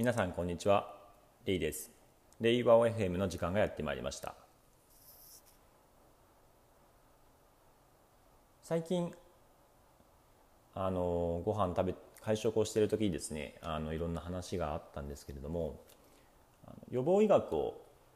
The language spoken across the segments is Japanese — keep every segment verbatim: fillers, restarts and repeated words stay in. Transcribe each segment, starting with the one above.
皆さんこんにちは、レイです。レイワオ エフエム の時間がやってまいりました。最近あのご飯食べ会食をしている時にですね、あのいろんな話があったんですけれども、あの予防医学を、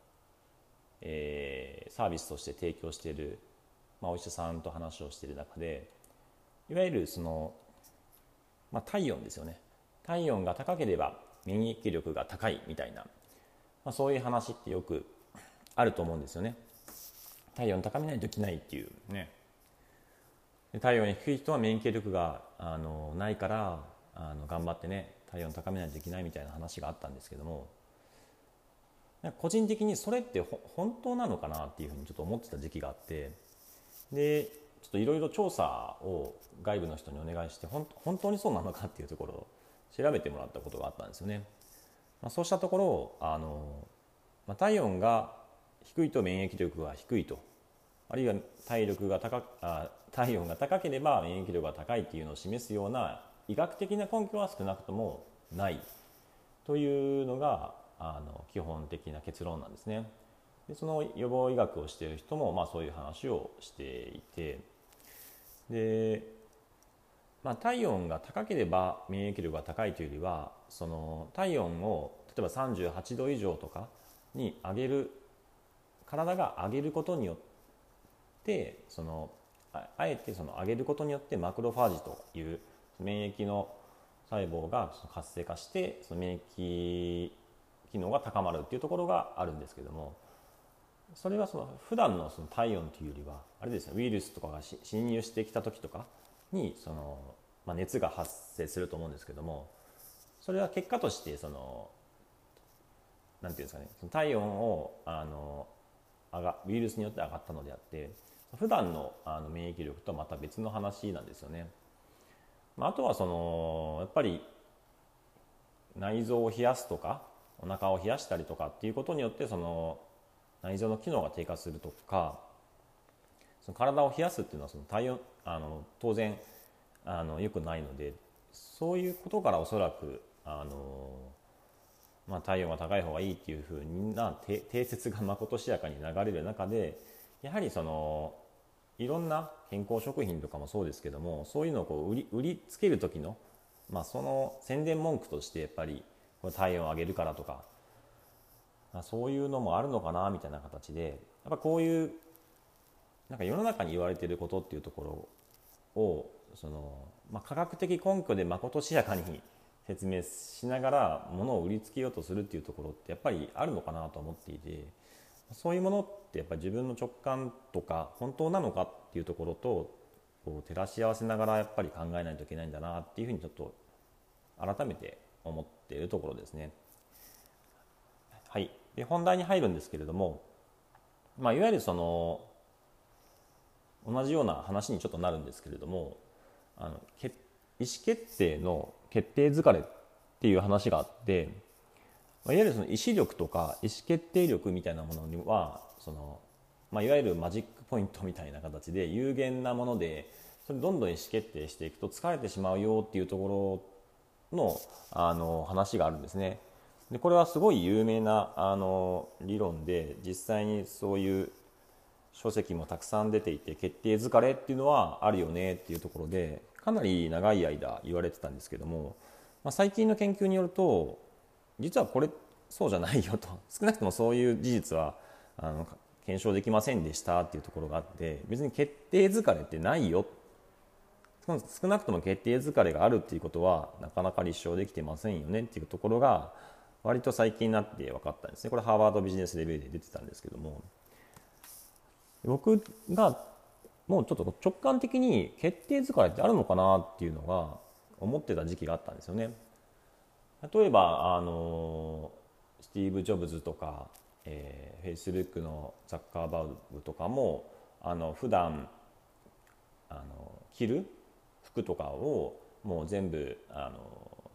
えーサービスとして提供している、まあ、お医者さんと話をしている中で、いわゆるその、まあ、体温ですよね。体温が高ければ免疫力が高いみたいな、まあ、そういう話ってよくあると思うんですよね。体温高めないといけないっていうね。で体温低い人は免疫力があのないからあの頑張ってね体温高めないといけないみたいな話があったんですけども、個人的にそれってほ本当なのかなっていうふうにちょっと思ってた時期があって、でちょっといろいろ調査を外部の人にお願いして本本当にそうなのかっていうところを調べてもらったことがあったんですよね。まあ、そうしたところあの、まあ、体温が低いと免疫力が低いと、あるいは体力が高あ体温が高ければ免疫力が高いっていうのを示すような医学的な根拠は少なくともないというのがあの基本的な結論なんですね。でその予防医学をしている人も、まあ、そういう話をしていて、で、まあ、体温が高ければ免疫力が高いというよりは、その体温を例えばさんじゅうはちど以上とかに上げる、体が上げることによってその あ, あえてその上げることによってマクロファージという免疫の細胞が活性化してその免疫機能が高まるっていうところがあるんですけども、それはその普段のその体温というよりはあれですね、ウイルスとかが侵入してきた時とかにその、まあ、熱が発生すると思うんですけども、それは結果としてそのなんていうんですかね、その体温をあの上がウイルスによって上がったのであって、普段のあの免疫力とはまた別の話なんですよね。まあ、あとはそのやっぱり内臓を冷やすとかお腹を冷やしたりとかっていうことによってその内臓の機能が低下するとか、その体を冷やすっていうのはその体温あの当然あの良くないので、そういうことからおそらくあの、まあ、体温が高い方がいいっていうふうな定説がまことしやかに流れる中で、やはりそのいろんな健康食品とかもそうですけども、そういうのをこう売り売りつける時の、まあ、その宣伝文句としてやっぱりこれ体温を上げるからとか、まあ、そういうのもあるのかなみたいな形で、やっぱこういうなんか世の中に言われていることっていうところをその、まあ、科学的根拠でまことしやかに説明しながら物を売りつけようとするっていうところってやっぱりあるのかなと思っていて、そういうものってやっぱり自分の直感とか本当なのかっていうところとこう照らし合わせながらやっぱり考えないといけないんだなっていうふうにちょっと改めて思っているところですね。はい、で本題に入るんですけれども、まあ、いわゆるその同じような話にちょっとなるんですけれども、あの意思決定の決定疲れっていう話があって、いわゆるその意志力とか意思決定力みたいなものにはその、まあ、いわゆるマジックポイントみたいな形で有限なもので、それどんどん意思決定していくと疲れてしまうよっていうところの、あの話があるんですね。でこれはすごい有名なあの理論で、実際にそういう書籍もたくさん出ていて、決定疲れっていうのはあるよねっていうところでかなり長い間言われてたんですけども、まあ、最近の研究によると実はこれそうじゃないよと、少なくともそういう事実はあの検証できませんでしたっていうところがあって、別に決定疲れってないよ、少なくとも決定疲れがあるっていうことはなかなか立証できてませんよねっていうところが割と最近になって分かったんですね。これハーバードビジネスレビューで出てたんですけども、僕がもうちょっと直感的に決定疲れってあるのかなっていうのが思ってた時期があったんですよね。例えばあのスティーブ・ジョブズとか、えー、フェイスブックのザッカーバーグとかもあの普段あの着る服とかをもう全部あの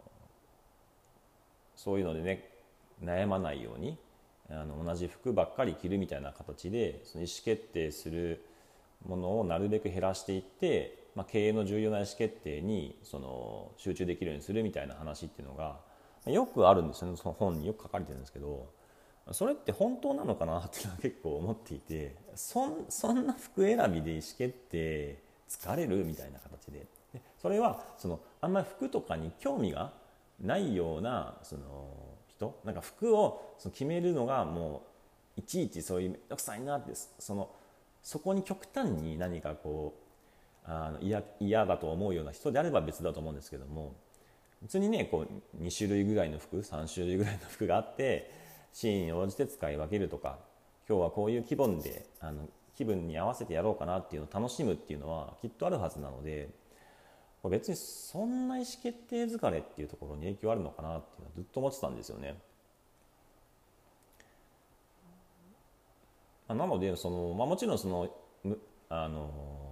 そういうのでね悩まないようにあの同じ服ばっかり着るみたいな形で、その意思決定するものをなるべく減らしていって、まあ、経営の重要な意思決定にその集中できるようにするみたいな話っていうのがよくあるんですよね。その本によく書かれてるんですけど、それって本当なのかなっていうのは結構思っていて、そんそんな服選びで意思決定疲れるみたいな形で、でそれはそのあんまり服とかに興味がないようなその人、なんか服をその決めるのがもういちいちそういうめんどくさいなって、そのそこに極端に何かこうあの 嫌, 嫌だと思うような人であれば別だと思うんですけども、別にねこうに種類ぐらいの服さん種類ぐらいの服があってシーンに応じて使い分けるとか、今日はこういう気分であの気分に合わせてやろうかなっていうのを楽しむっていうのはきっとあるはずなので、別にそんな意思決定疲れっていうところに影響あるのかなっていうのはずっと思ってたんですよね。なのでその、まあ、もちろんそのあの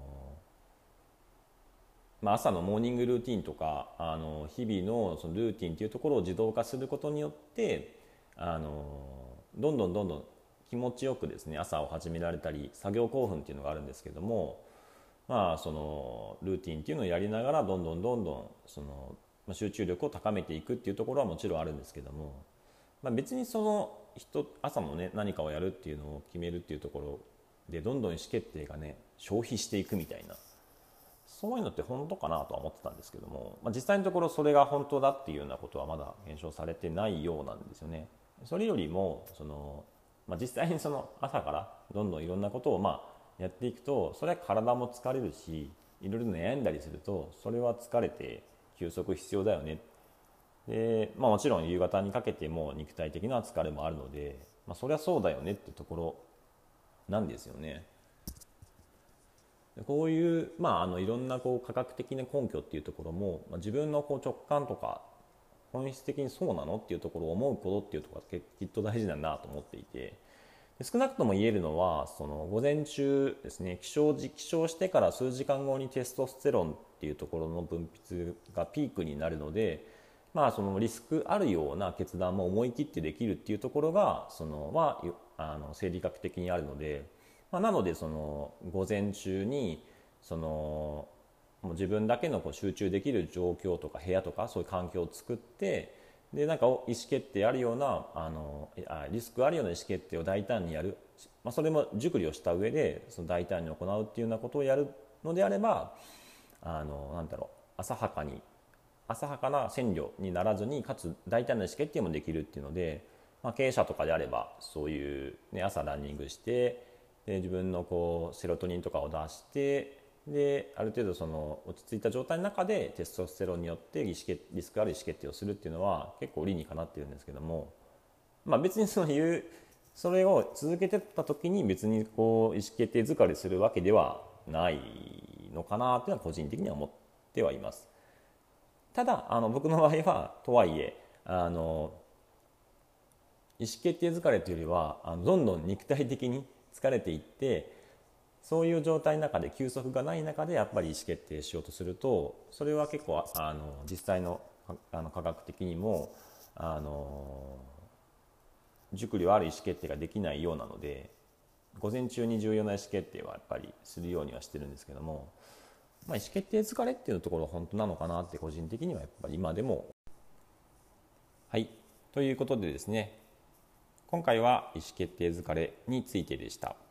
まあ、朝のモーニングルーティンとかあの日々 の, そのルーティンというところを自動化することによってあのどんどんどんどん気持ちよくですね朝を始められたり、作業興奮っていうのがあるんですけども、まあ、そのルーティンっていうのをやりながらどんどんどんどんその、まあ、集中力を高めていくっていうところはもちろんあるんですけども、まあ、別にその人朝もね何かをやるっていうのを決めるっていうところでどんどん意思決定がね消費していくみたいな、そういうのって本当かなとは思ってたんですけども、まあ、実際のところそれが本当だっていうようなことはまだ検証されてないようなんですよね。それよりもその、まあ、実際にその朝からどんどんいろんなことをまあやっていくと、それは体も疲れるし、いろいろ悩んだりするとそれは疲れて休息必要だよね。で、まあ、もちろん夕方にかけても肉体的な疲れもあるので、まあ、それはそうだよねっていうところなんですよね。こういう、まあ、あのいろんなこう科学的な根拠っていうところも、まあ、自分のこう直感とか本質的にそうなのっていうところを思うことっていうところがきっと大事だなと思っていて、少なくとも言えるのはその午前中ですね、起床時起床してから数時間後にテストステロンっていうところの分泌がピークになるので、まあ、そのリスクあるような決断も思い切ってできるっていうところがその、まあ、あの生理学的にあるので、まあ、なのでその午前中にそのもう自分だけのこう集中できる状況とか部屋とかそういう環境を作って、でなんか意思決定あるようなあのリスクあるような意思決定を大胆にやる、まあ、それも熟慮した上でその大胆に行うっていうようなことをやるのであれば、あのなんだろう浅はかに浅はかな線量にならずに、かつ大胆な意思決定もできるっていうので、まあ、経営者とかであればそういう、ね、朝ランニングしてで自分のこうセロトニンとかを出して、である程度その落ち着いた状態の中でテストステロンによって意思決リスクある意思決定をするっていうのは結構理にかなっているんですけども、まあ、別にそのいうそれを続けてった時に別にこう意思決定疲れするわけではないのかなというのは個人的には思ってはいます。ただあの僕の場合はとはいえあの意思決定疲れというよりはあのどんどん肉体的に疲れていって、そういう状態の中で休息がない中でやっぱり意思決定しようとすると、それは結構あの実際のあの科学的にもあの熟慮ある意思決定ができないようなので、午前中に重要な意思決定はやっぱりするようにはしてるんですけども、まあ、意思決定疲れっていうところは本当なのかなって個人的にはやっぱり今でも。はいということでですね、今回は意思決定疲れについてでした。